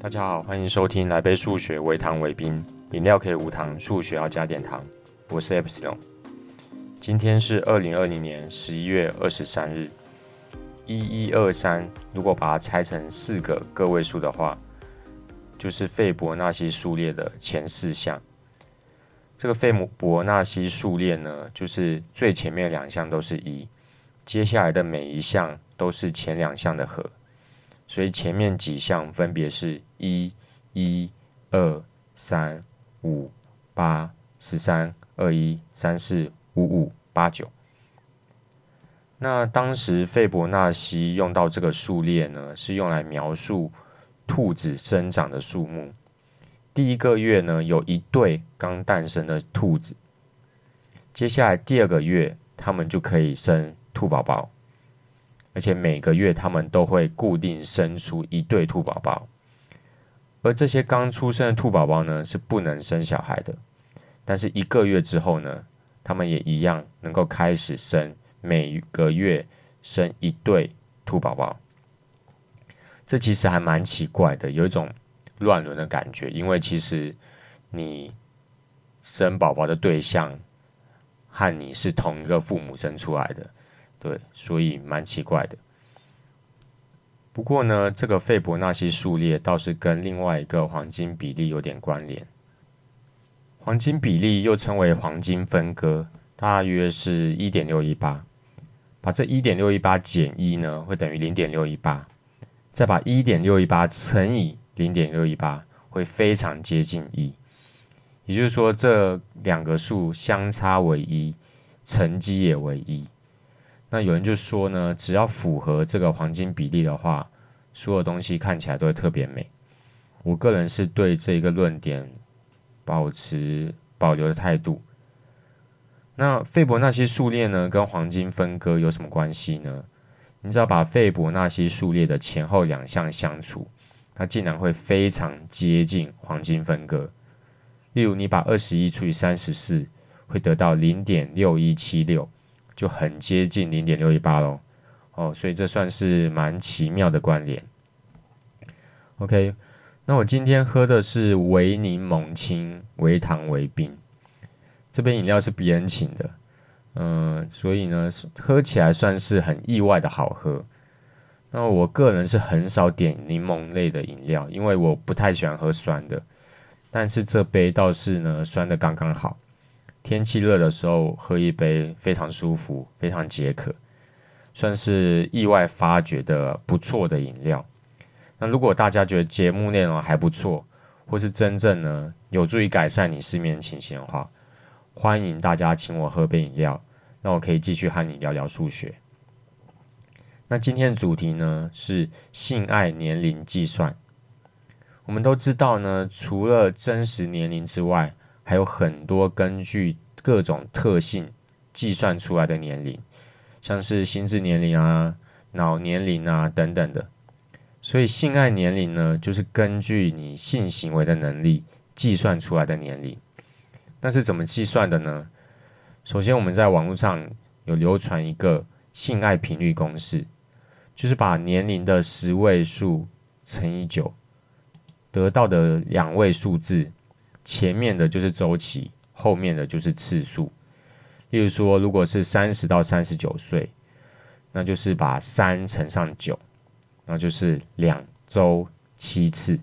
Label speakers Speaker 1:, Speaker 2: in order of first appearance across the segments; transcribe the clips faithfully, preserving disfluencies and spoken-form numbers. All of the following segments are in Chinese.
Speaker 1: 大家好，欢迎收听来杯数学，微糖微冰，饮料可以无糖，数学要加点糖。我是 Epsilon。今天是二零二零年十一月二十三日，一一二三，如果把它拆成四个个位数的话，就是斐波那契数列的前四项。这个斐波那契数列呢，就是最前面两项都是一，接下来的每一项都是前两项的和。所以前面几项分别是一、一、二、三、五、八、十三、二一、三四、五五、八九。那当时斐波那契用到这个数列呢，是用来描述兔子生长的数目。第一个月呢，有一对刚诞生的兔子，接下来第二个月，它们就可以生兔宝宝。而且每个月他们都会固定生出一对兔宝宝，而这些刚出生的兔宝宝呢是不能生小孩的，但是一个月之后呢，他们也一样能够开始生，每个月生一对兔宝宝。这其实还蛮奇怪的，有一种乱伦的感觉，因为其实你生宝宝的对象和你是同一个父母生出来的。对，所以蛮奇怪的。不过呢，这个斐波那契数列倒是跟另外一个黄金比例有点关联。黄金比例又称为黄金分割，大约是 一点六一八。把这 一点六一八 减一呢，会等于 零点六一八。再把 一点六一八 乘以 零点六一八，会非常接近一。也就是说，这两个数相差为一，乘积也为一。那有人就说呢，只要符合这个黄金比例的话，所有东西看起来都会特别美。我个人是对这个论点保持保留的态度。那斐波那契数列呢，跟黄金分割有什么关系呢？你只要把斐波那契数列的前后两项相除，它竟然会非常接近黄金分割。例如，你把二十一除以三十四，会得到 零点六一七六。就很接近 零点六一八 咯。哦，所以这算是蛮奇妙的关联。OK， 那我今天喝的是微柠檬青，微糖微冰。这杯饮料是别人请的，嗯、呃，所以呢，喝起来算是很意外的好喝。那我个人是很少点柠檬类的饮料，因为我不太喜欢喝酸的。但是这杯倒是呢，酸的刚刚好。天气热的时候喝一杯非常舒服，非常解渴，算是意外发掘的不错的饮料。那如果大家觉得节目内容还不错，或是真正呢有助于改善你失眠情形的话，欢迎大家请我喝杯饮料，让我可以继续和你聊聊数学。那今天的主题呢是性爱年龄计算。我们都知道呢，除了真实年龄之外，还有很多根据各种特性计算出来的年龄，像是心智年龄啊、脑年龄啊等等的。所以性爱年龄呢，就是根据你性行为的能力计算出来的年龄。那是怎么计算的呢？首先我们在网络上有流传一个性爱频率公式，就是把年龄的十位数乘以九，得到的两位数字，前面的就是周期，后面的就是次数。例如说，如果是三十到三十九岁，那就是把三乘上九，那就是两周七次。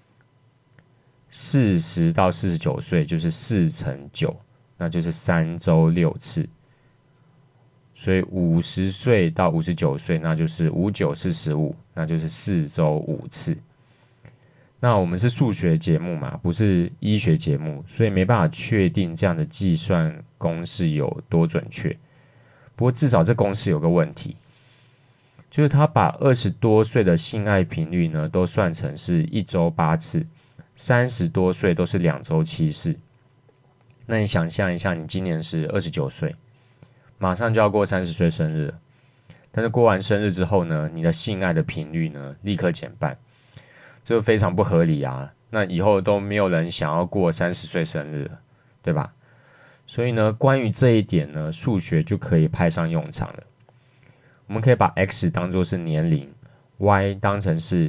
Speaker 1: 四十到四十九岁就是四乘九，那就是三周六次。所以五十岁到五十九岁，那就是五九四十五，那就是四周五次。那我们是数学节目嘛，不是医学节目，所以没办法确定这样的计算公式有多准确。不过至少这公式有个问题，就是他把二十多岁的性爱频率呢，都算成是一周八次，三十多岁都是两周七次。那你想象一下，你今年是二十九岁，马上就要过三十岁生日了，但是过完生日之后呢，你的性爱的频率呢，立刻减半。这就非常不合理啊！那以后都没有人想要过三十岁生日了，对吧？所以呢，关于这一点呢，数学就可以派上用场了。我们可以把 x 当作是年龄 ，y 当成是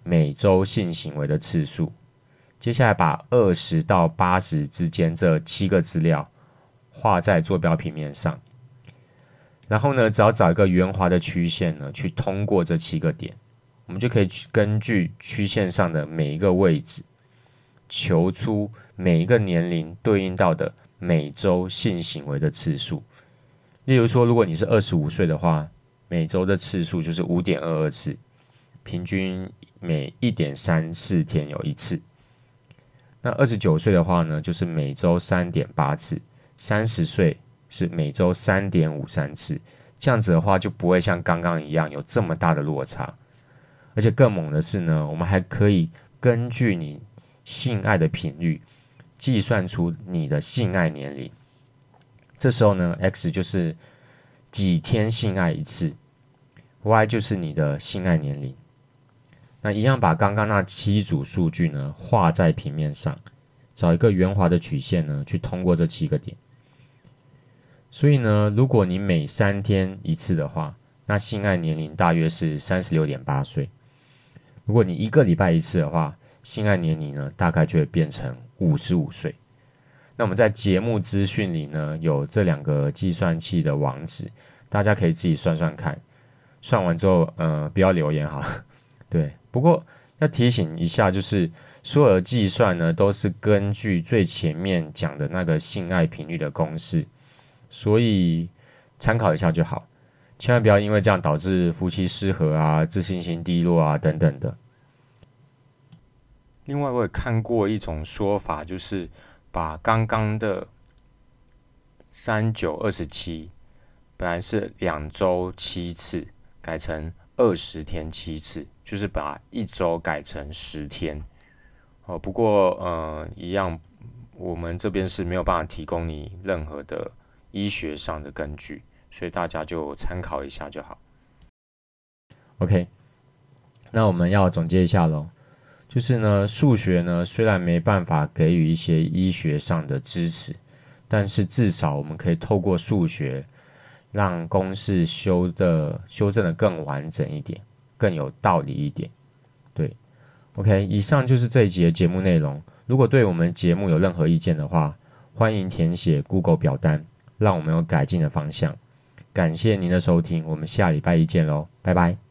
Speaker 1: 每周性行为的次数。接下来把二十到八十之间这七个资料画在坐标平面上，然后呢，只要找一个圆滑的曲线呢，去通过这七个点，我们就可以根据曲线上的每一个位置，求出每一个年龄对应到的每周性行为的次数。例如说，如果你是二十五岁的话，每周的次数就是 五点二二 次，平均每 一点三四 天有一次。那二十九岁的话呢，就是每周 三点八 次，三十岁是每周 三点五三 次，这样子的话就不会像刚刚一样有这么大的落差。而且更猛的是呢，我们还可以根据你性爱的频率计算出你的性爱年龄。这时候呢 X 就是几天性爱一次， Y 就是你的性爱年龄。那一样把刚刚那七组数据呢画在平面上，找一个圆滑的曲线呢去通过这七个点。所以呢，如果你每三天一次的话，那性爱年龄大约是 三十六点八 岁。如果你一个礼拜一次的话，性爱年龄呢大概就会变成五十五岁。那我们在节目资讯里呢有这两个计算器的网址，大家可以自己算算看。算完之后，呃，不要留言好了。对，不过要提醒一下，就是所有的计算呢，都是根据最前面讲的那个性爱频率的公式，所以参考一下就好，千万不要因为这样导致夫妻失和啊、自信心低落啊等等的。另外，我也看过一种说法，就是把刚刚的三九二十七本来是两周七次，改成二十天七次，就是把一周改成十天。哦，不过呃，一样，我们这边是没有办法提供你任何的医学上的根据，所以大家就参考一下就好。OK， 那我们要总结一下咯，就是呢，数学呢虽然没办法给予一些医学上的支持，但是至少我们可以透过数学让公式修的修正的更完整一点，更有道理一点。对 ，OK， 以上就是这一集的节目内容。如果对我们节目有任何意见的话，欢迎填写 Google 表单，让我们有改进的方向。感谢您的收听，我们下礼拜一见喽，拜拜。